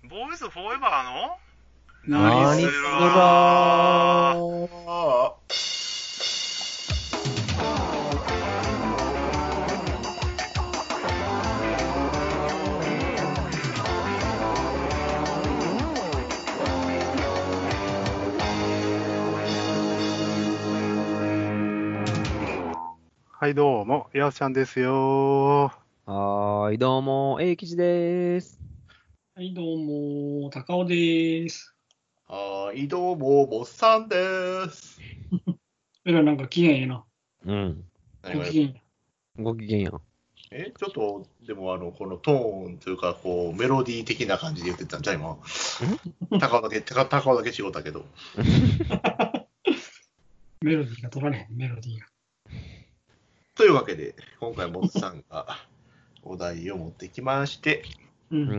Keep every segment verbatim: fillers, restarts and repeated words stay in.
ボーイズフォーエバーの何すらー。 はい、どうも、やおちゃんですよ。 はーい、どうも、えいきちでーす。 はい、どうも、高尾でーす。 はーい、どうも、ボッさんです。 えらい、なんか機嫌ええな。 うん。 ご機嫌や。 ご機嫌や。 え、ちょっと、でも、あの、このトーンというか、こう、メロディー的な感じで言ってたんじゃ、今。高尾だけ、高高尾だけ違ったけど。 メロディーが取られへん、メロディーが。 というわけで、今回、ボッさんがお題を持ってきまして、 う。 うんん。 うん。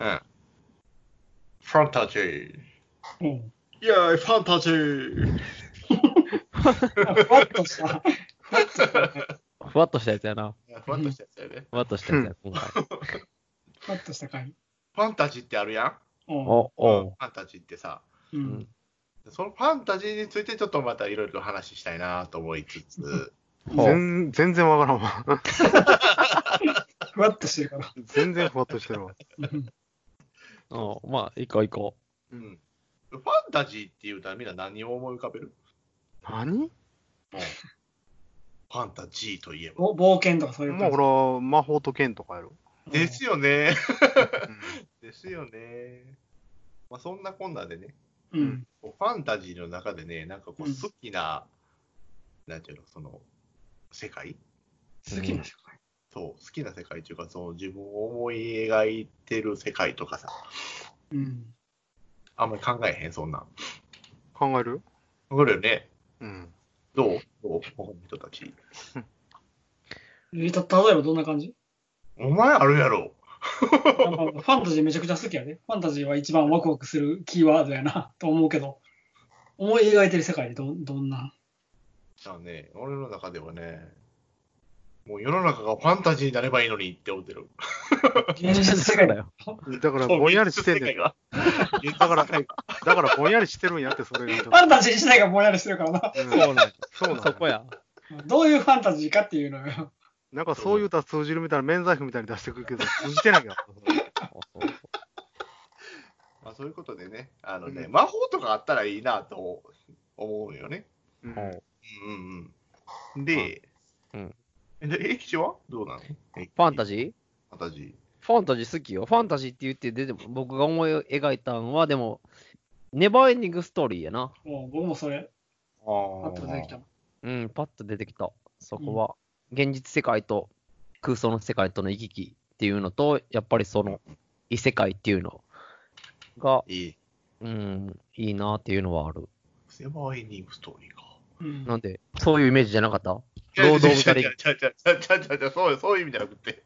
ファンタジー。 うん。 イェーイ、ファンタジー。 ふわっとした、ふわっとした、 ふわっとしたやつやな。 ふわっとしたやつだよね。 ふわっとしたやつや、今回。 ふわっとした回。 ファンタジーってあるやん。 お、 おうんおファンタジーってさ、 う。 うんん。 そのファンタジーについてちょっとまたいろいろ話したいなと思いつつ、 ほう全全然わからんわ。 ふわっとしてるから。 全然ふわっとしてるわ。 うんおまあ、行こう行こうん、ファンタジーって言うたらみんな何を思い浮かべる？ 何？ ファンタジーといえば。 ぼ冒険とかそういうまあ、 感じ。 ほら、魔法と剣とかやろ。 ですよね。 うですよね。まあ、そんなこんなでね、 うん。 こうファンタジーの中でね、なんかこううん好きな、なんていうの、その、世界好きな世界。 そう、好きな世界っていうか、その自分を思い描いてる世界とかさ、 うん。 あんまり考えへん、そんなん。 ん。考える？ これよね。 うん。 どうどう他の人たち。 えた、例えばどんな感じ？ お前あるやろ。 なんかファンタジーめちゃくちゃ好きやで。ファンタジーは一番ワクワクするキーワードやな、と思うけど。思い描いてる世界でど、どんな？ じゃあね、俺の中ではね、もう世の中がファンタジーになればいいのにって思ってる。 現実世界だよ。 だから、ぼんやりしてんねん。 が。 だから、だから、ぼんやりしてるんやって、それが。 ファンタジー自体がぼんやりしてるからな。 うんう。そうなんや。 そうなんそこや。 どういうファンタジーかっていうのよ。 なんかそういう歌通じるみたいな免罪符みたいに出してくるけど、通じてないよ。 そうそうまあそういうことでね、あのね、 うん魔法とかあったらいいなと思うよね。 うんそう。ほうんうん。で、 うんえ、で、英吉はどうなの？フうファンタジーファンタジファンタジー好きよ。ファンタジーって言って出ても、僕が思い描いたんは、でも、ネバーエンディングストーリーやな。 もう僕もそれ、 ー。あパッと出てきたの。 うん、パッと出てきた。そこは、現実世界と空想の世界との行き来っていうのと、やっぱりその異世界っていうのが、 いい。 うん、いいなっていうのはある。 セバーエンディングストーリーか。 うんなんで、そういうイメージじゃなかったい労働二人ちゃちゃちゃちゃちゃちゃちゃそうそういう意味じゃなくて。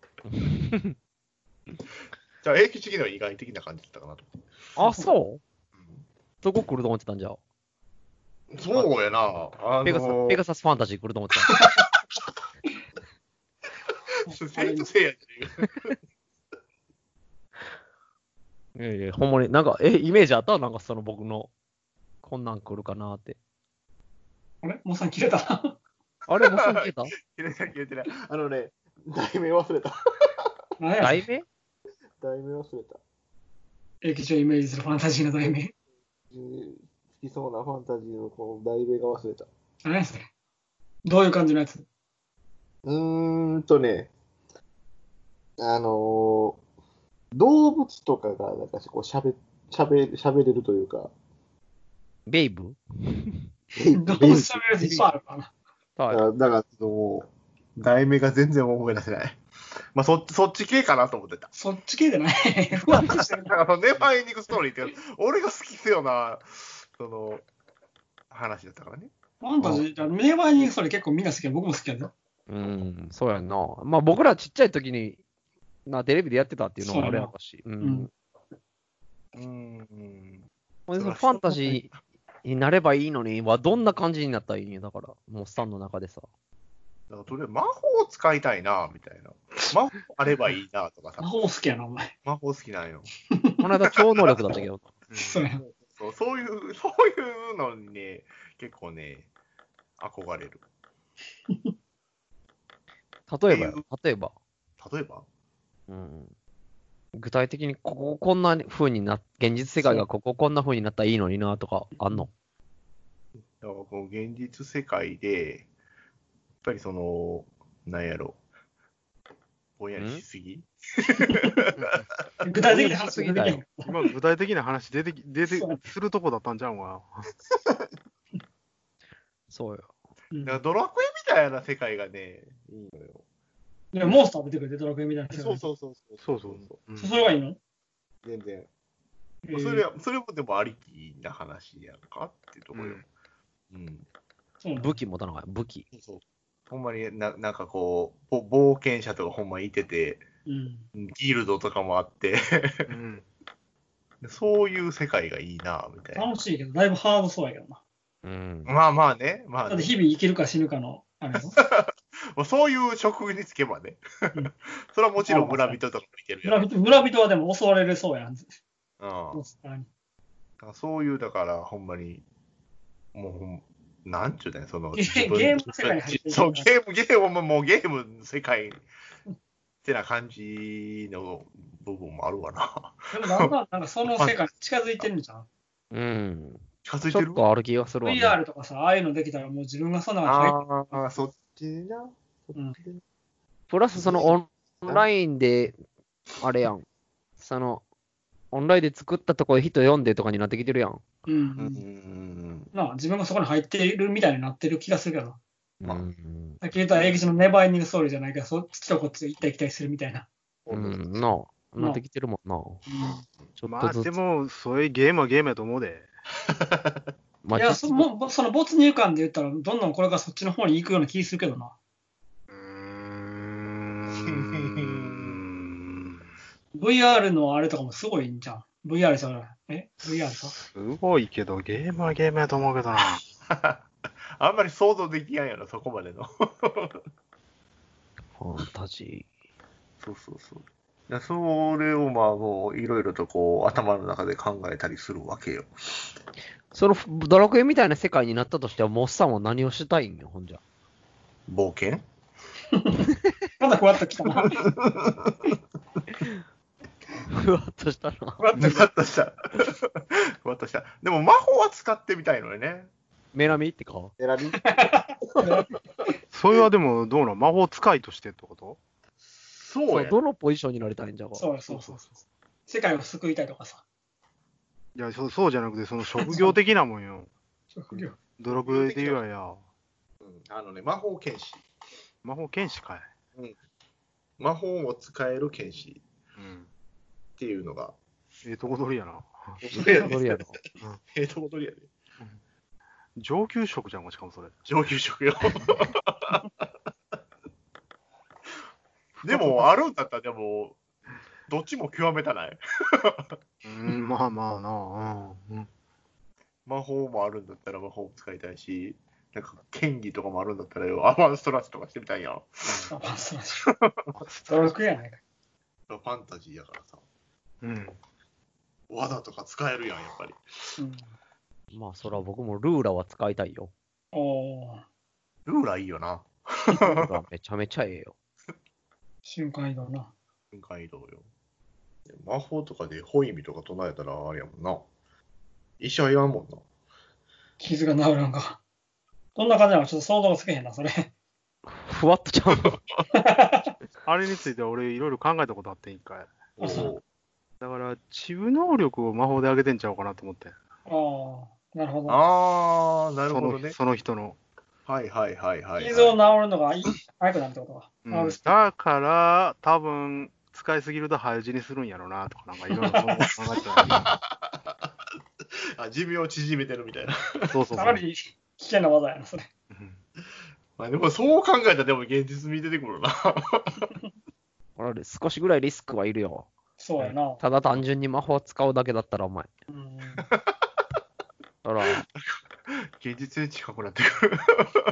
じゃあ、英吉的には意外的な感じだったかなと。 あ、そうそこ来ると思ってたんじゃん。 そうやな。あのペガサー、 ペガサスファンタジー来ると思ってた。 セイントセイヤっていう。 いやいや、ほんまに、なんか、え、イメージあったなんかその僕の、こんなん来るかなって。 あれもうさん切れた。 あれ、もうすぐ消えた切れてない切れてない。あのね、題名忘れた。 何やそれ題名題名忘れた。 英吉をイメージするファンタジーの題名。 好きそうなファンタジーのこの題名が忘れた。 何やそれ。どういう感じのやつ？ うーんとね、あのー動物とかがなんかこうしゃべしゃべしゃべれるというか、 ベイブどう喋るやついっぱいあるからな。 はい。 あだからちょっともう題名が全然思い出せない。まあそっちそっち系かなと思ってた。 そっち系じゃない。ふわっとしてる。 あのネバーエンディングストーリーって俺が好きですよなその話だったからね。 ファンタジー、ネバーエンディングストーリー結構みんな好きや。僕も好きやで。 うん、そうやんな。まあ僕らちっちゃい時に、な、テレビでやってたっていうのもあれやったし。ううんん。 うーん。 ほんでそのファンタジーになればいいのには、どんな感じになったらいいんや、だから。もうスタンの中でさ。 だからとりあえず魔法を使いたいなみたいな。魔法あればいいなとかさ魔。法好きやな、お前。 魔法好きなんよ。 魔この間超能力だったけど。 そうや。 そう、そういう、そういうのにね、結構ね、憧れる。 例えばよ、例えば。 例えばうん具体的にこここんな風にな、現実世界がこここんな風になったらいいのになとかあんの？ だからこう現実世界で、やっぱりその、なんやろ、ぼんやりしすぎ具体的な話が出てきて今、具体的な話出てき、出て、するとこだったんちゃうんかそうよ。 うんだからドラクエみたいな世界がね、いいのよ。 でモンスター出てくるで、ドラクエみたいな。 そうそうそうそう。 そうそうそうそれがいいの？ 全然。 えーそれは、それもでもありきな話やんかっていうところよ。うん。 そうなの武器持たなかった。武器。 そう。ほんまにな、なんかこう、ぼ冒険者とかほんまいてて、 うん。 ギルドとかもあって、 うん。 そういう世界がいいな、みたいな。 楽しいけど、だいぶハードそうやけどな。 うん。 まあまあね、まあね、 だって日々生きるか死ぬかの、あれよ。 まあそういう職に就けばね、 うんそれはもちろん村人とかもいけるやん。 村人村人はでも襲われるそうやん。 うん、 モンスターにだからそういう、だから、ほんまに、もうほん、なんちゅうね、その、 ゲ自分ゲームの世界に入っていくそう、ゲーム、ゲームも、もうゲームの世界ってな感じの部分もあるわな。 でもだんだんなんかその世界に近づいてるんじゃん。 うん。 近づいるちょってとある気がするわ、ね。 ブイアール とかさ、ああいうのできたらもう自分がそんなの入っああ、そっちな。 うんプラスそのオンラインで、あれやん。その、オンラインで作ったところで人読んでとかになってきてるやん。 うんううんん。 なあ自分がそこに入っているみたいになってる気がするけど、 まあうん。 さっき言ったエグジのネバーエンディングストーリーじゃないけど、そっちとこっち行ったり来たりするみたいな。 うん、なあ、なってきてるもんな。ちょっまあとずつ。 でも、そういうゲームはゲームやと思うで。 まあ、 いやそ実もその没入感で言ったら、どんどんこれがそっちの方に行くような気するけどな。 うーん。 ブイアール のあれとかもすごいんじゃん。ブイアール じゃない。え ?ブイアール かすごいけど、ゲームはゲームやと思うけどな。 あんまり想像できないよな、そこまでの。 ファンタジそうそうそう。だそれをまあもういろいろとこう頭の中で考えたりするわけよ。 ー。そのドラクエみたいな世界になったとしては、モッさんは何をしたいんよ、ほんじゃ。 冒険まだふわっときたな。 ふわっとしたな。 ふわっとした。ふわっとした。でも魔法は使ってみたいのよね。 メラミってか選びそれはでも、どうなん魔法使いとしてってことそうや。 どのポジションになりたいんじゃが。 そうそうそうそう。世界を救いたいとかさ。 いやそう、そうじゃなくて、その職業的なもんよ。 職業。 ドラクエで言うわや。 うんあのね、魔法剣士。 魔法剣士かい。 魔法を使える剣士うん。 っていうのが。 ええとこ取りやな。 どれやろ。 ええとこ取りやで。 上級職じゃんか、しかもそれ。 上級職よ。でも、あるんだったら、でも、どっちも極めたない。 うん、まあまあな。うん。うん魔法もあるんだったら魔法も使いたいし、なんか剣技とかもあるんだったらよ、アバンストラッシュとかしてみたいやん。 あ、そうだし。ドラクエやないか。 ファンタジーやからさ。 うん。 技とか使えるやん、やっぱり。 うん。 まあ、そら僕もルーラは使いたいよ。 おー、 ルーラーいいよな。 ルーラめちゃめちゃええよ。 瞬間移動な。 瞬間移動よ。魔法とかでホイミとか唱えたらあれやもんな。医者いらんもんな。 傷が治るんか。どんな感じなのちょっと想像がつけへんな、それ。 ふわっとちゃうの。 あれについては俺いろいろ考えたことあって、一回。 あそうだから、治癒能力を魔法で上げてんちゃうかなと思って。 ああ、なるほど。 あー、なるそほどね。 のその人の。 はいはいはいはい、はい。 傷を治るのがいい早くなるってことか。 うん治るスピーだから、多分、使いすぎると早死にするんやろうなとか、なんかいろいろそう考えてた。 あ、寿命を縮めてるみたいな。 そうそうそう。 ドかなり危険な技やな、それ。 うんまあでもそう考えたらでも現実味出てくるな。 あれ少しぐらいリスクはいるよ。 そうやな。 ただ単純に魔法使うだけだったらお前。 うん、 ほら、 現実に近くなってくる。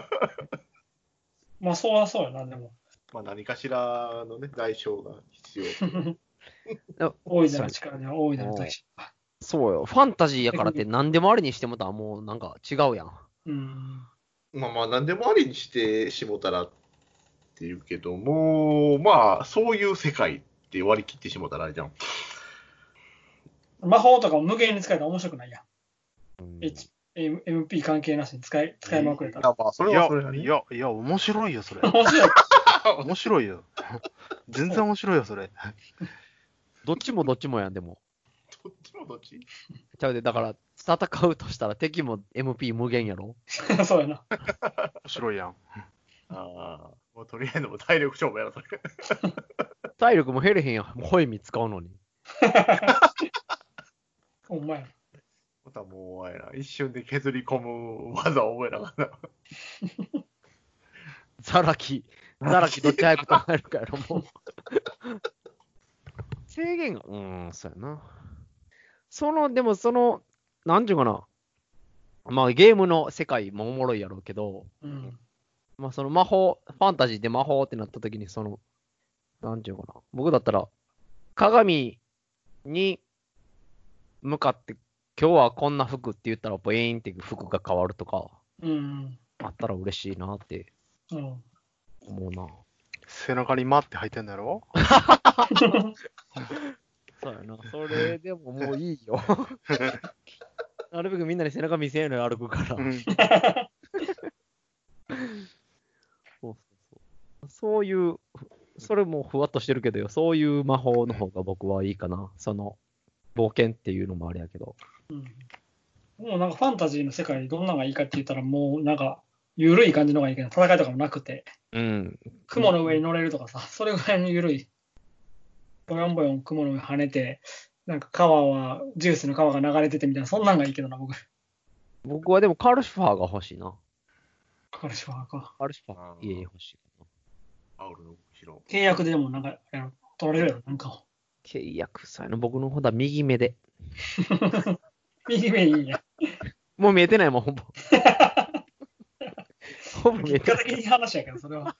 まあ、そうはそうやな、でも。 まあ何かしらのね、代償が必要。 大いなる力には大いなる大地。 そうよ。ファンタジーやからって何でもありにしてもたらもうなんか違うやん。 うん。 まあまあ、何でもありにしてしもたらっていうけども、まあ、そういう世界って割り切ってしもたらあれじゃん。 魔法とかも無限に使えたら面白くないやん。 うん H M- エムピー 関係なしに使い使いまくれたいら。 や、まあ、それいやはそれなりに。 いや、いや、面白いよ、それ。 面白い。 面白いよ。全然面白いよ、それ。 どっちもどっちもやん、でも。 どっちもどっちちゃうで、だから戦うとしたら敵も エムピー 無限やろ。 そうやな。 面白いやん。 ああ、もうとりあえずもう体力勝負やろ、それ。 体力も減れへんやん。もうホイミ使うのに。 ほんまや。 またもう、あれな、一瞬で削り込む技を覚えながら。 ザラキ、ザラキどっち早く唱えるかやろ、もう。制限が、うーん、そうやな。その、でもその、なんていうかな。まあゲームの世界もおもろいやろうけど、 うん。 まあその魔法、ファンタジーで魔法ってなった時に、その、なんていうかな。僕だったら、鏡に向かって、今日はこんな服って言ったら、ボイーンって服が変わるとか、 うん。 あったら嬉しいなってうん。 思うな。 背中に「ま」って入ってんだろ。 そうやな。それでももういいよ。なるべくみんなに背中見せんように歩くから。 うん。 そうそうそう。そういう、それもふわっとしてるけどよ、そういう魔法の方が僕はいいかな。その、冒険っていうのもあれやけど。 うん。もうなんかファンタジーの世界どんなのがいいかって言ったらもうなんか緩い感じのがいいけど、戦いとかもなくて、 うん。 雲の上に乗れるとかさ、それぐらいの緩い。ボヨンボヨン雲の上跳ねて、なんか川は、ジュースの川が流れててみたいな、そんなんがいいけどな、僕。 僕はでもカルシファーが欲しいな。 カルシファーか。 カルシファー家に欲しいかな。 アウルの後ろ。 契約ででもなんか、あの取られるやろ、なんかを。 契約さえの僕の方だ右目で。 右目いいんや。 もう見えてないもん、ほぼ。ほぼ見えてない。 結果的に話やけど、それは。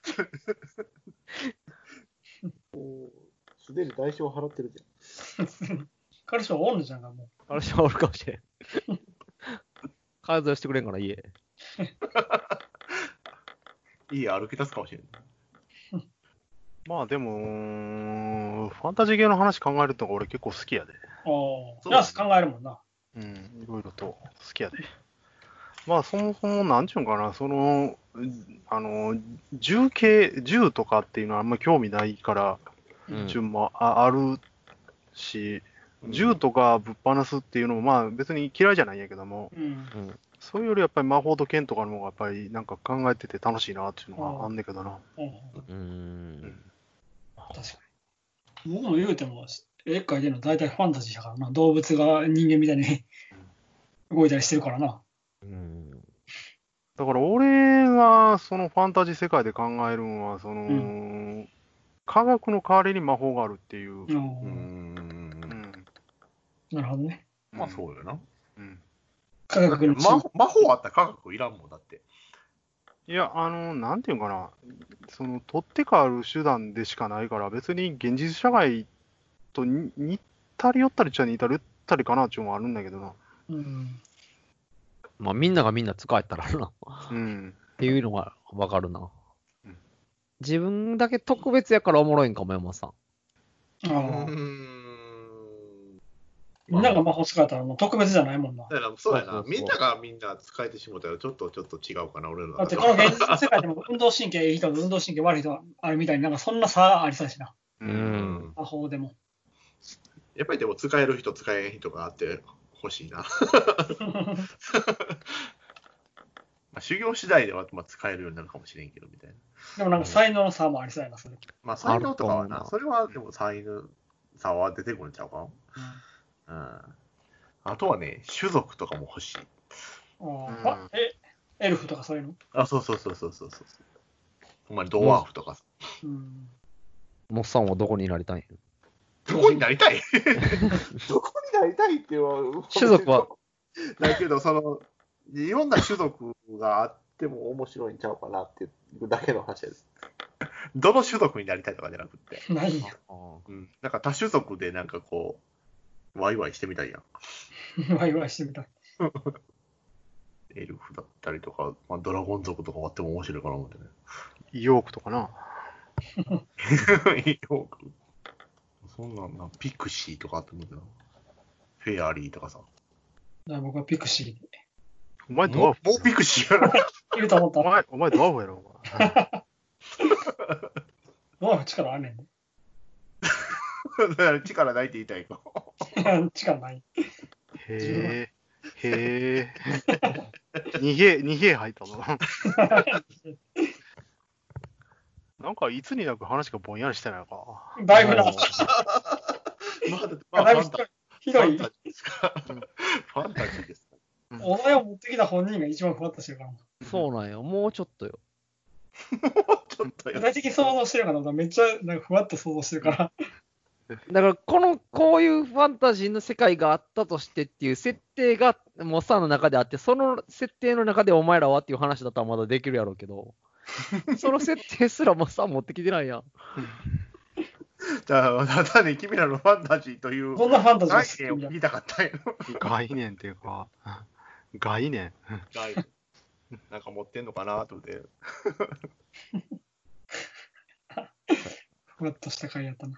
すでに代償払ってるじカルシファーおんのじゃんか、もカルシファーおるかもしれん。改造してくれんから家。 いい歩き出すかもしれない。 まあでも、ファンタジー系の話考えると俺結構好きやで。 う。ああ、 そうだねナース考えるもんな。 うん、いろいろと好きやで。まあそもそもなんちゅうんかな、その、あの、銃系、銃とかっていうのはあんま興味ないから、 うん銃もああるし、銃とかぶっ放すっていうのもまあ別に嫌いじゃないんやけども、 うん。 うん。 そういうよりやっぱり魔法と剣とかの方がやっぱりなんか考えてて楽しいなっていうのがあんねんけどな。 うん、 うーん。 確かに。僕も言うても、絵描いてるの大体ファンタジーだからな。動物が人間みたいに動いたりしてるからな。 うん。 だから俺がそのファンタジー世界で考えるのは、その、 う科学の代わりに魔法があるっていう。 うんうーん。 うんなるほどね。 まあそうよな。 うん科学の魔法魔法あったら科学いらんもんだって。 いや、あの、なんていうかな、その、取って代わる手段でしかないから、別に現実社会とに似たり寄ったりっちゃ似たり寄ったりかなっていうのもあるんだけどな。 うん。 まあみんながみんな使えたらな。 うん。 っていうのがわかるなうん。 自分だけ特別やからおもろいんかも、山さん。 あうあ。 ーん。 みんなが魔法使ったらもう特別じゃないもんな。 だからそうやな。 そうそうそうみんながみんな使えてしもたらちょっとちょっと違うかな、俺らだってこの現実の世界でも運動神経いい人と運動神経悪い人があるみたいになんかそんな差ありそうやしな。 う。 うんん。 魔法でも。 やっぱりでも使える人使えん人があってほしいな。まあ修行次第ではまあ使えるようになるかもしれんけどみたいな。 でもなんか才能の差もありそうやな、それ。 まあ才能とかはな、 あると思うなそれはでも才能差は出てくるんちゃうか。うん。あとはね、種族とかも欲しい。 うんうんあえ、エルフとかそういうのあ、そうそうそうそうそうそう。ほんまにドワーフとか。 うん。 モッさんはどこになりたいんやどこになりたいどこになりたいっていうのは、 種族はだけど、その、いろんな種族があっても面白いんちゃうかなっていうだけの話です。 どの種族になりたいとかじゃなくて、 ないよ。 うん、なんか多種族でなんかこう、ワイワイしてみたいやん。 ワイワイしてみたい。 エルフだったりとか、まあ、ドラゴン族とかあっても面白いかな思ってね。 ヨークとかな。 よくそんなんな、ピクシーとかあってもいいけど、フェアリーとかさ。 じゃあ僕はピクシーで。 お前ドもうワーフもうピクシーやろ。 いると思った。 お前、お前ドワーフやろ。お前ドワーフ力あんねんで。 だから力ないって言いたいか。 力ない。 へえ。へえ。二兵、二兵入ったぞ。なんかいつになく話がぼんやりしてないか。 だいぶな。 まあ、まあ、 だいぶファンタひどいファン。タジーですか。ファンタジーですか。 お題を持ってきた本人が一番ふわっとしてるからな。 そうなんよ。もうちょっとよ。 ちょっとや具体的に想像してるかと思ったらめっちゃなんかふわっと想像してるから。 だから、この、こういうファンタジーの世界があったとしてっていう設定が、モッサンの中であって、その設定の中でお前らはっていう話だったらまだできるやろうけど、その設定すらモッサン持ってきてないやん。 じゃあ、ただね、君らのファンタジーというどんなファンタジーが概好きみたい念を言いたかったんやろ。 概念っていうか、概念。 概念なんか持ってんのかなと思って。 ふわっとした回やったな。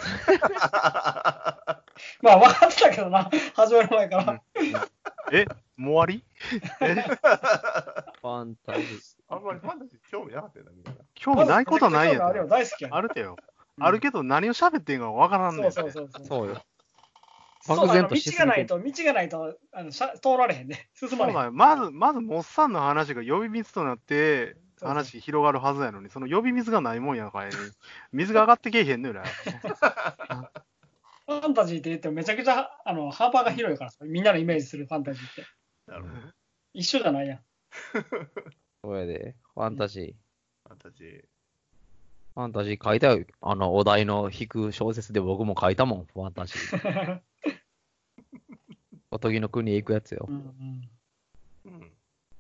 まあ分かってたけどな、始まる前から。 え、もう終わりえファンタジー。 あんまりファンタジー興味なかったよな、みんな。 興味ないことはないんやあれよ、 と。 大好きやねあるてよ。あるけど何を喋ってんかわからんねん。 そうそうそうそう。 そうよ。 そう漠然あの道としすぎてがないと、道がないとあのしゃ通られへんね。進まれへ。 そうんなんよ。まず、まず、モッサンの話が呼び水となって、 そう話広がるはずやのに、その呼び水がないもんやからに、水が上がってけえへんのよな。 ファンタジーって言ってもめちゃくちゃあの幅が広いからさ、みんなのイメージするファンタジーって。 なるほど。 一緒じゃないやん。 そうやで。ファンタジー。 ファンタジー。 ファンタジー書いたよ。あの、お題の引く小説で僕も書いたもん、ファンタジー。おとぎの国へ行くやつよう。んうん。 うん。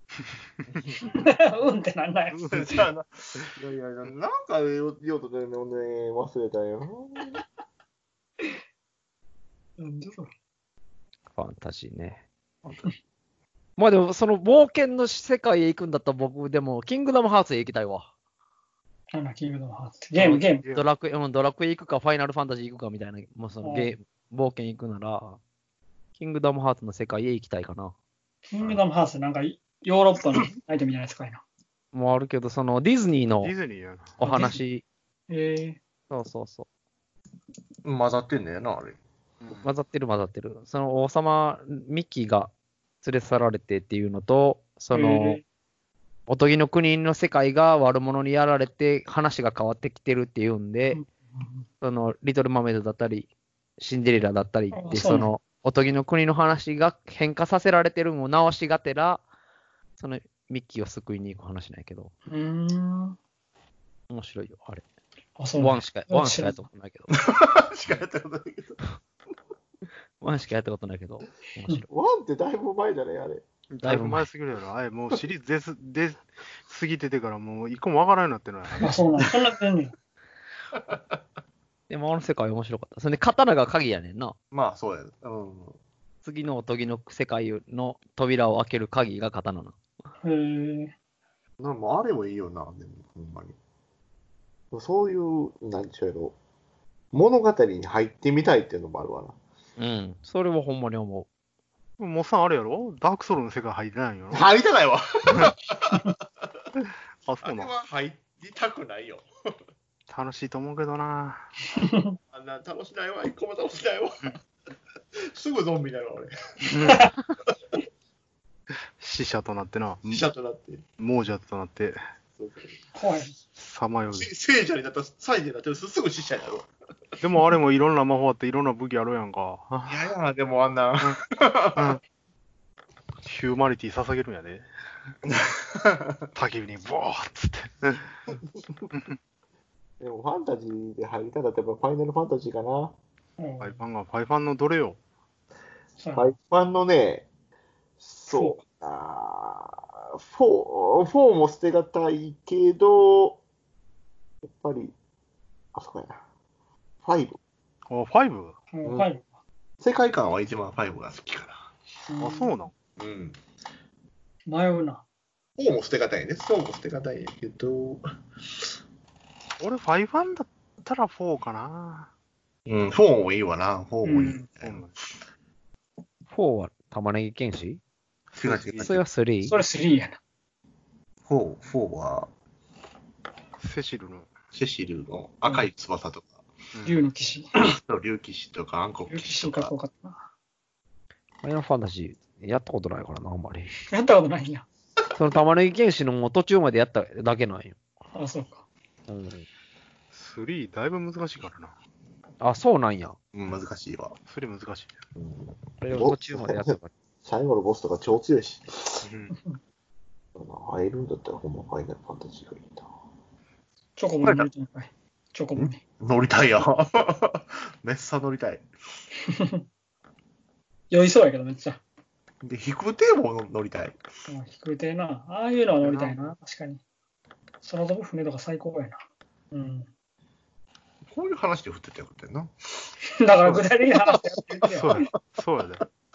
うんってなんだよ。 じゃあな、いやいやいや、なんか言おうとね、ね忘れたよ。 なんでそれ。 ファンタジーね。まあでも、その冒険の世界へ行くんだったら僕でも、キングダムハーツへ行きたいわ。 なんだ、キングダムハーツ。ゲーム、ゲーム。 ドラクエ、うん、ドラクエ行くか、ファイナルファンタジー行くかみたいな、もうそのゲー冒険行くなら、キングダムハーツの世界へ行きたいかな。 キングダムハーツなんかヨーロッパのアイテムじゃないですかいな。 もうあるけど、そのディズニーのディズニーやな。 お話、 えそうそうそう。 混ざってんだよな、あれ。 混ざってる混ざってる。その王様、ミッキーが連れ去られてっていうのと、その、 えおとぎの国の世界が悪者にやられて話が変わってきてるっていうんで、 うんそのリトル・マーメイドだったり、シンデレラだったりって、 あそうなんそのおとぎの国の話が変化させられてるのを直しがてら、そのミッキーを救いに行く話なんやけど、 うーん。 面白いよ、あれ。 あ、そうなんだワンしか、ワンしかやったことないけど。 しかやったことないけど。 ワンしかやったことないけど、面白い。 ワンってだいぶ前じゃないあれ。 だいぶ前すぎるやろ。あれ、もうシリーズ出す出過ぎててからもう一個もわからんようになってるのや。 あ、そうなんだ。そんなってんねん。 でもあの世界面白かった。それで刀が鍵やねんな。 まあ、そうや。うん。 次のおとぎの世界の扉を開ける鍵が刀な。 へえ。 なんもあれもいいよな、でも、ほんまに。 そういう、なんちゅうやろ、物語に入ってみたいっていうのもあるわな。 うん。それはほんまに思モッサンあれやろダークソウルの世界入ってないんやろ入りたないわ。 あ、そあれうなの。 は入りたくないよ。 楽しいと思うけどな。 あんな楽しないわ、一個も楽しないわ。すぐゾンビになるわ、俺。 死者となってな。 死者となって。 亡者となって、 そうそう怖い。 さまよう。 せ聖者になったら、サイになってすぐ死者になるわ。 でもあれもいろんな魔法あっていろんな武器あるやんか。 いやいや、でもあんな。 うんヒューマニティ捧げるんやで。焚き火にボーっつって。 でもファンタジーで入りたいんだったらやっぱファイナルファンタジーかな。 うんファイファンが、ファイファンのどれよ。 そうファイファンのね、そう、あーフォー、フォーも捨てがたいけど、 やっぱり、あそこやな。ファイブ。 あ、ファイブ？ もうファイ世界観は一番ファイブが好きかブ。 あ、そうなん？ な。うん。 迷うな。 フォーも捨てがたいね。フォーも捨てがたいけど、 俺、ファイブファンだったらフォーかな。 うん、フォーもいいわな。フォーもいい。 うんうんフォーは玉ねぎ剣士違う違う違う。 それはスリー。 それスリーやな。 フォー、フォーは、 セシルの。 セシルの赤い翼とか、 うん竜の騎士。 竜騎士とか暗黒竜騎士とか騎士かっこよ、かったな。 ファイナルファンタジーやったことないからな、あんまり。 やったことないんや。 その玉ねぎ剣士のもう途中までやっただけなんよ。 あ、そうか。 うん、 スリーだいぶ難しいからな。 あ、そうなんや。 うん、難しいわ。 スリー難しい。 あれを途中までやったから。 最後のボスとか超強いし。 うん。 会えるんだったらほんまファイナルファンタジーがいいな。 チョコボに乗りたいんかい。チョコボに。 乗りたいよ。めっさ乗りたい。 酔いそうやけど、めっちゃ。 で、引く手も乗りたい。 うん低いてえな。ああいうのは乗りたいな。確かに。空飛ぶ船とか最高やな。うん。 こういう話で振ってたよってんな。 だから具体的な話でやってるけどそうや。そうやで。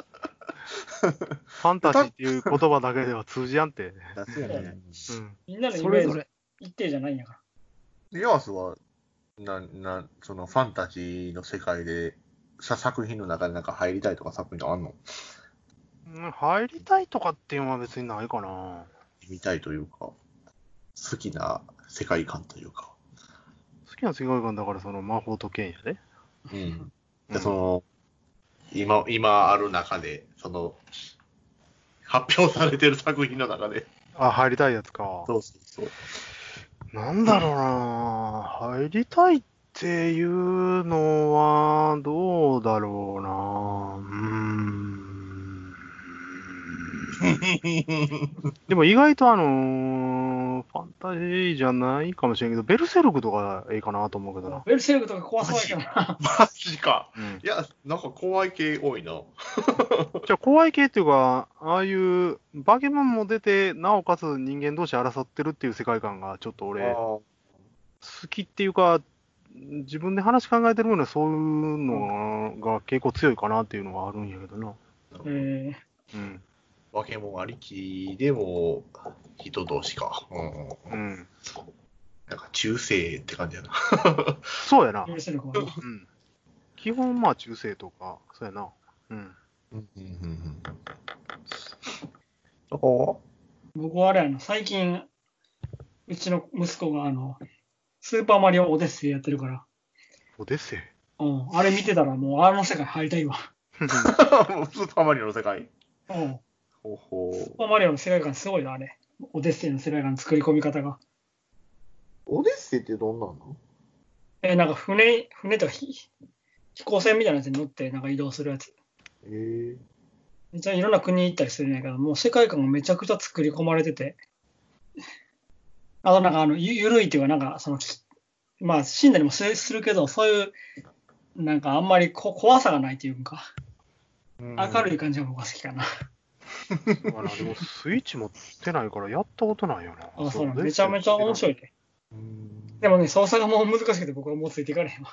ファンタジーっていう言葉だけでは通じやんって。 that'sよね。 うん。 みんなのイメージそれぞれ。 一定じゃないんやから。 ヤースは、な、な、そのファンタジーの世界で、さ作品の中でなんか入りたいとか作品あんの？ うん入りたいとかっていうのは別にないかな。 見たいというか、好きな世界観というか。 好きな世界観だからその魔法と剣やで。 うん。で、 うんその、今、今ある中で、その、発表されてる作品の中で。 あ、入りたいやつか。 そうそうそう。 なんだろうな。入りたいっていうのは、どうだろうな。うーん。でも意外とあのーファンタジーじゃないかもしれんけど、ベルセルクとかええかなと思うけどな。 ベルセルクとか怖そうやけどな。 マジか。 うんいや、なんか怖い系多いな。 じゃあ怖い系っていうか、ああいうバケモンも出て、なおかつ人間同士争ってるっていう世界観がちょっと俺、好きっていうか、自分で話考えてるものはそういうのが結構強いかなっていうのがあるんやけどな。 えうん。 化け物ありきでも人同士か。うん。 うん。 なんか中世って感じやな。 そうやなー、ベ。ルセルクはな。 うん。基本まあ中世とか、そうやな。うん。 うんうんうんうん。そこ僕はあれやな、最近、うちの息子があの、スーパーマリオオデッセイやってるから、 オデッセイ。 うん、あれ見てたらもうあの世界入りたいわ。 スーパーマリオの世界。 うん。 ほうほスーパーマリオの世界観すごいな、あれ。オデッセイの世界観の作り込み方が。 オデッセイってどんなんの？ えーなんか船、船とかひ飛行船みたいなやつに乗ってなんか移動するやつ。 えめっちゃいろんな国に行ったりするんやけど、もう世界観がめちゃくちゃ作り込まれてて。あとなんかあの、ゆゆるいっていうかなんかその、きまあ死んだりもするするけど、そういう、なんかあんまりこ怖さがないというか、 う。 明るい感じが僕は好きかな。 まあなでもスイッチ持ってないからやったことないよな。 あ、そうなんめちゃめちゃ面白い。 いで。でもね、操作がもう難しくて僕はもうついていかれへんわ。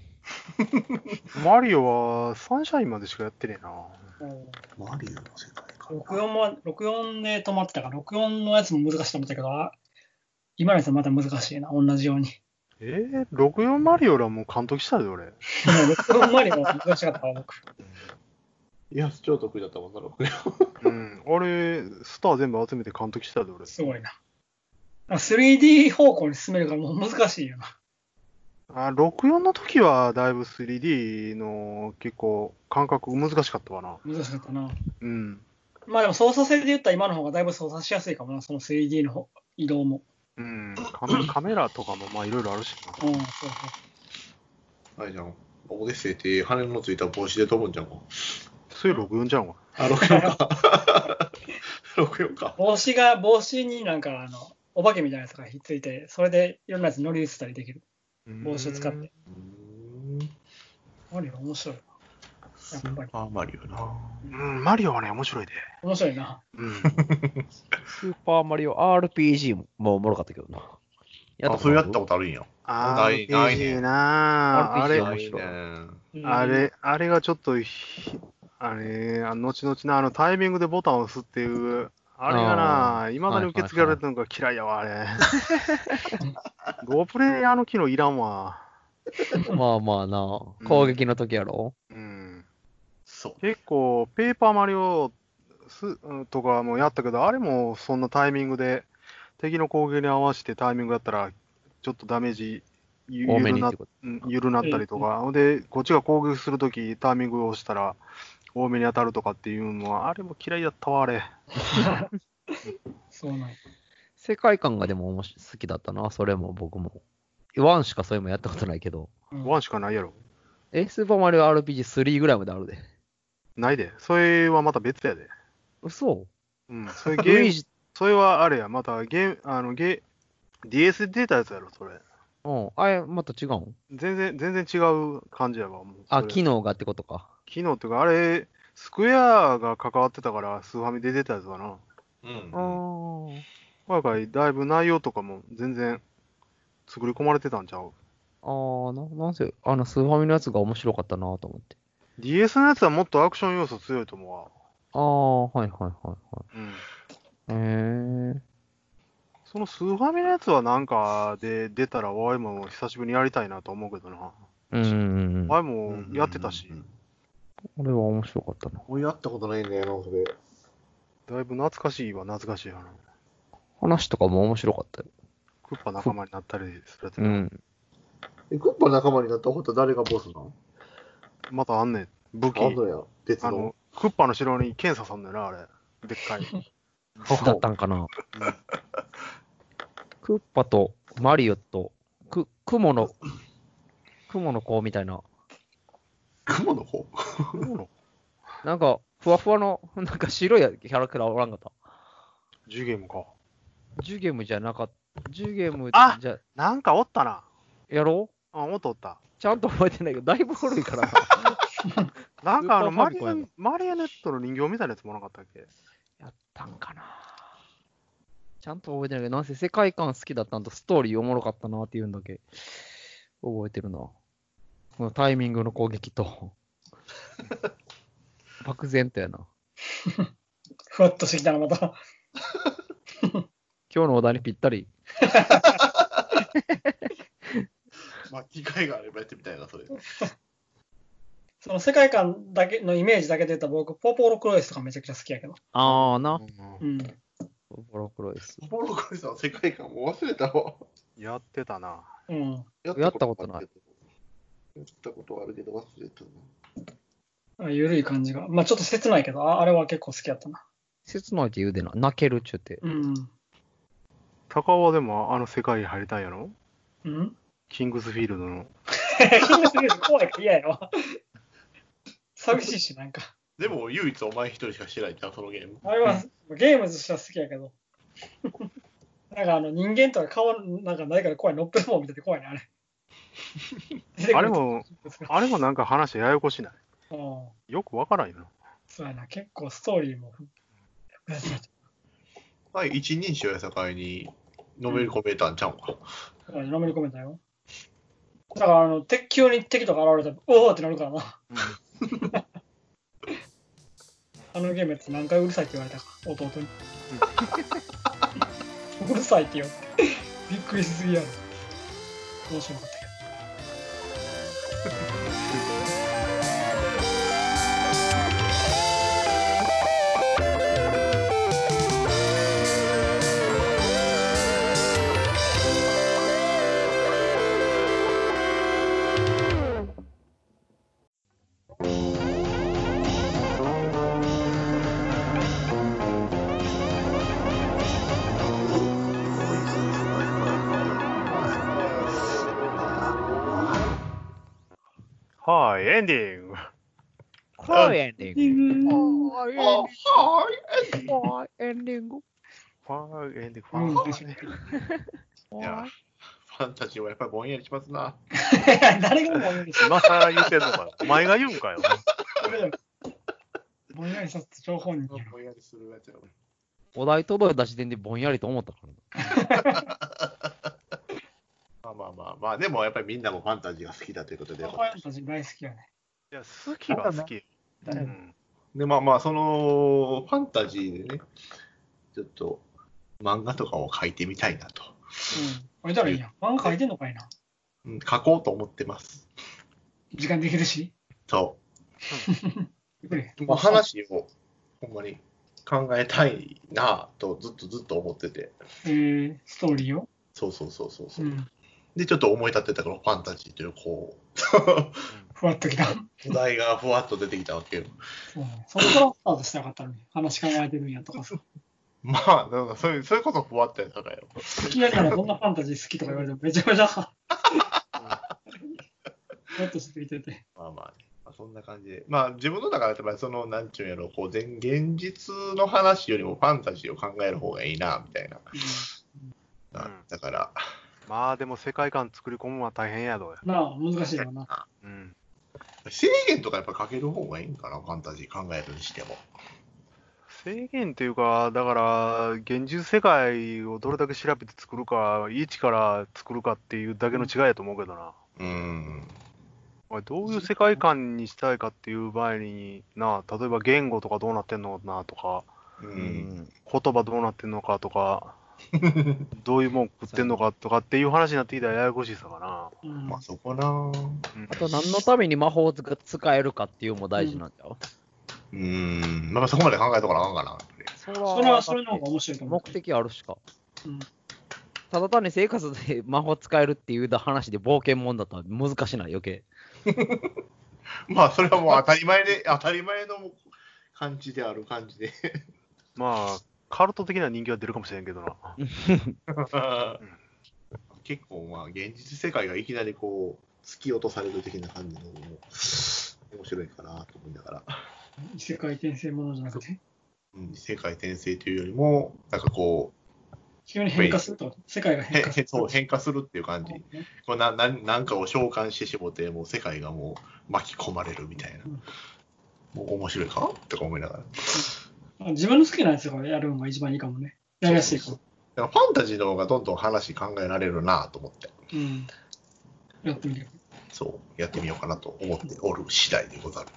マリオはサンシャインまでしかやってねえな。 マリオの世界観。 ろくじゅうよんも、ろくじゅうよんで止まってたから、ろくじゅうよんのやつも難しいと思ったけど、あ今のやつはまた難しいな、同じように。 えー、ろくじゅうよんマリオらもう監督したで俺。 ろくじゅうよんマリオは難しかったわ、僕。 いや、超得意だったもんな、ろくじゅうよん。 うん。あれ、スター全部集めて監督したで俺。 すごいな。スリーディー 方向に進めるからもう難しいよな。 あ、ろくじゅうよんの時はだいぶ スリーディー の結構感覚難しかったわな。 難しかったな。 うん。 まあでも操作性で言ったら今の方がだいぶ操作しやすいかもな、その スリーディー の方移動も。 うん。カメカメラとかもまあいろいろあるしな。 うん、そうあれじゃん。オデッセイって羽のついた帽子で飛ぶんじゃんか。 それろくじゅうよんじゃんわ。 あ、ろくじゅうよんか。ろくじゅうよんか。 帽子が、帽子になんかあの、お化けみたいなやつがひっついて、それでいろんなやつ乗り移ったりできる。帽子を使って。 うーん。 マリオ面白いな。やっぱり。 あ、マリオな。 うん、マリオはね、面白いで。 面白いな。 うん。 スーパーマリオ アールピージー ももうおもろかったけどな。 やったあ、それやったことあるんや。ないアールピージー なぁ。あアールピージーれ、 面白いねあれ、あれがちょっとひ、あれ、あの後々のあのタイミングでボタンを押すっていう、あれがな、いまだに受け付けられてるのが嫌いやわ、あれ。ロープレイヤーの機能いらんわ。 まあまあな、攻撃の時やろ。 うん。 そう。 結構、ペーパーマリオすうんとかもやったけど、あれもそんなタイミングで、敵の攻撃に合わせてタイミングやったら、ちょっとダメージゆ多めゆるなにってこと。 うんゆるなったりとか、ほんで、こっちが攻撃するとき、タイミングを押したら、多めに当たるとかっていうのは、あれも嫌いだったわ、あれ。 そうなんや。 世界観がでも面白好きだったな、それも僕も。ワンしかそういうのやったことないけど。 うんワンしかないやろ。 え、スーパーマリオ アールピージースリーぐらいまであるで。 ないで。それはまた別やで。 嘘うん。それゲーム、 ルイージ、 それはあれや、またゲーム、あの、ゲー、ディーエス で出たやつやろ、それ。 うん。あれ、また違うん全然、全然違う感じやわ、もう。 あ、 それ機能がってことか。 機能っていうか、あれ、スクエアが関わってたから、スーファミで出たやつだな。 うんあうん。 ー。 今回、だいぶ内容とかも全然作り込まれてたんちゃう？ あー、な、なんせ、あの、スーファミのやつが面白かったなと思って。 ディーエス のやつはもっとアクション要素強いと思うわ。 あー、はいはいはいはうん。 い。へー。 そのスーファミのやつはなんかで出たら、ワイも久しぶりにやりたいなと思うけどな。 うんうんうん。 ワイもやってたしうん、うんこれは面白かったな。 俺やったことないんだよな、それ。 だいぶ懐かしいわ、懐かしいわな。 話とかも面白かったよ。 クッパ仲間になったりするやつな。 うん。 え、クッパ仲間になったこと誰がボスなの？ またあんねん。武器。 あんのや、別のあの。、クッパの城に剣刺さんのよな、あれ。でっかい。 だったんかな。クッパとマリオと、く、雲の、雲の子みたいな。 雲の方なんか、ふわふわの、なんか白いキャラクターおらんかった。 ジュゲームか。 ジュゲムじゃなかった。ジュゲムあじゃ、 なんかおったな。 やろうあ、おったおった。 ちゃんと覚えてないけど、だいぶ古いからな。 なんかあのマリスーパーファミコンやなオ、マリオネットの人形みたいなやつもなかったっけ？ やったんかな。ちゃんと覚えてないけど、なんせ世界観好きだったんとストーリーおもろかったなっていうんだけ覚えてるな。このタイミングの攻撃と、漠然とやな。 ふわっとしてきたな、また。 今日のお題にぴったり。 まあ、機会があればやってみたいな、それ。 その世界観だけのイメージだけで言ったら僕、ポポロクロエスとかめちゃくちゃ好きやけど。 あーな。 うん。 ボロクロです。 ポロクロさん、世界観もう忘れたわ。 やってたな。 うん。 やったことないあるけど。やったことはあるけど忘れたな。 あゆるい感じが。まあちょっと切ないけど、ああれは結構好きやったな。 切ないって言うでな。泣けるっちゅうて。 うん。 高尾はでもあの世界に入りたいんやろ？ うんキングスフィールドの。 キングスリーズ怖いから嫌やわ。寂しいし、なんか。 でも、唯一お前一人しかしてないじゃん、そのゲーム。 あれはゲームとしては好きやけど。なんかあの人間とか顔なんかないから怖い。のっぺるもん見てて怖いね、あれ。 あれも、あれもなんか話ややこしない。 うん。 よくわからんよな。 そうやな、結構ストーリーも。 はい、一人称やさかいに、のめり込めたんちゃうんか。 のめり込めたよ。だからあの敵急に敵とか現れたら、おおってなるからな。あのゲームやって何回うるさいって言われたか、弟に。うるさいって言われて、びっくりしすぎやろ。面白かったけど。 はい、エンディング。 はい、エンディング。 うんはい、エンディング。はい、エンディング。 はい、エンディング。 うんはい確かにいや、ファンタジーはやっぱりぼんやりしますな。 誰がぼんやりし今更言ってんのかよ。お前が言うんかよ。 ぼんやりさせて情報にやろ。 ぼんやりするやつやろ。 お題届いた時点でぼんやりと思ったからな。 まあまあまあ、でもやっぱりみんなもファンタジーが好きだということでよフかったァンタジー大好きやね。 いや、好きは好き。 ううんん。 で、まあまあ、その、ファンタジーでね、ちょっと漫画とかを描いてみたいなと。 うん。あれたらいいやん。漫画描いてんのかいな。 うん、描こうと思ってます。 時間できるし。 そゆっくりう。まあ、話をほんまに考えたいなとずっとずっと思ってて。 えー、ストーリーを。 そうそうそうそうそうう。 ん。 で、ちょっと思い立ってたから、ファンタジーという、こう、 ふわっときた。 お題がふわっと出てきたわけよ。 そうそこからスタートしたかったのに。話考えてるんやとかさ。 まあ、だからそういう、そういうことふわっとやったからよ。 いきなりからどんなファンタジー好きとか言われてもめちゃめちゃ。ふわっとしてきてて。 まあまあね。まあ、そんな感じで。まあ、自分の中でやっぱりその、なんちゅうんやろ、こう、現現実の話よりもファンタジーを考える方がいいな、みたいな。 うんあだから、 まあでも世界観作り込むのは大変やどうや。 なあ、難しいよな。 うん。 制限とかやっぱかける方がいいんかな、ファンタジー考えるにしても。 制限っていうか、だから、現実世界をどれだけ調べて作るか、一から作るかっていうだけの違いやと思うけどな。 うーん。 おいどういう世界観にしたいかっていう場合にな、例えば言語とかどうなってんのかなとか、 う。 うんん。 言葉どうなってんのかとか、どういうもん食ってんのかとかっていう話になってきたらややこしいさかな。 うんまあ、そこな。 うんあと何のために魔法が使えるかっていうのも大事なんちゃう、 うーん。まあ、そこまで考えとかなあかんかな、やっぱり。 そそれはそれの方が面白いと思う。 目的あるしか。 うんただ単に生活で魔法使えるっていう話で冒険もんだと難しいな、余計。 まあ、それはもう当たり前で、当たり前の感じである感じで。 まあ、カルト的な人気は出るかもしれんけどな。 結構、まあ、現実世界がいきなりこう、突き落とされる的な感じのも面白いかなと思いながら。 異世界転生ものじゃなくて、 うん、世界転生というよりも、なんかこ急に変化すると、世界がう、 変化する。 へそう変化するっていう感じ。こうなななんかを召喚してしもて、もう世界がもう巻き込まれるみたいな。もう面白いかなとか思いながら。 自分の好きなやつをやるのが一番いいかもね。やりやすいかも。 だからファンタジーの方がどんどん話考えられるなと思って、 うん。やってみる。 そう、やってみようかなと思っておる次第でござる。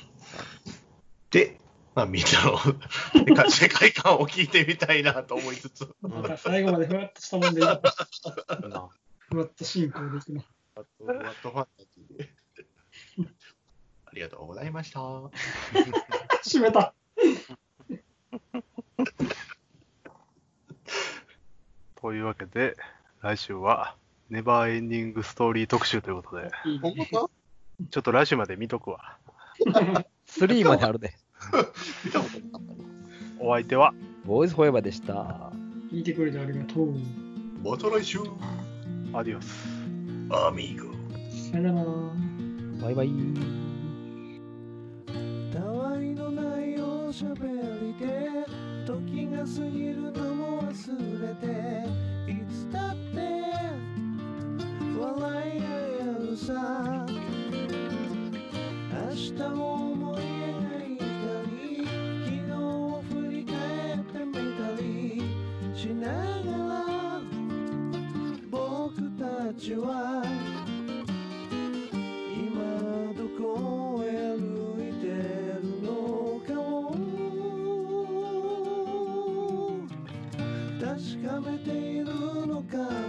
で、まあ、みんなの世界世界観を聞いてみたいなと思いつつ、 なんか最後までふわっとしたもんでいいかった。 なふわっと進行できない。 あとワットファンタジーで。ありがとうございました。 閉めた。 というわけで、来週はネバーエンディングストーリー特集ということで、 いいね。 ほんまかちょっと来週まで見とくわ。 スリーまであるで。 見たことなかったな。 お相手は、 ボーイズフォーエバーでした。 聞いてくれてありがとう。 また来週、 アディオス。 アミーゴ。 さよなら。 バイバイ。 たわいのないおしゃべりで時が過ぎるのも忘れていつだって笑い合えるさ明日を思い描いたり昨日を振り返ってみたりしながら僕たちは今どこへ歩いてるのかを確かめているのか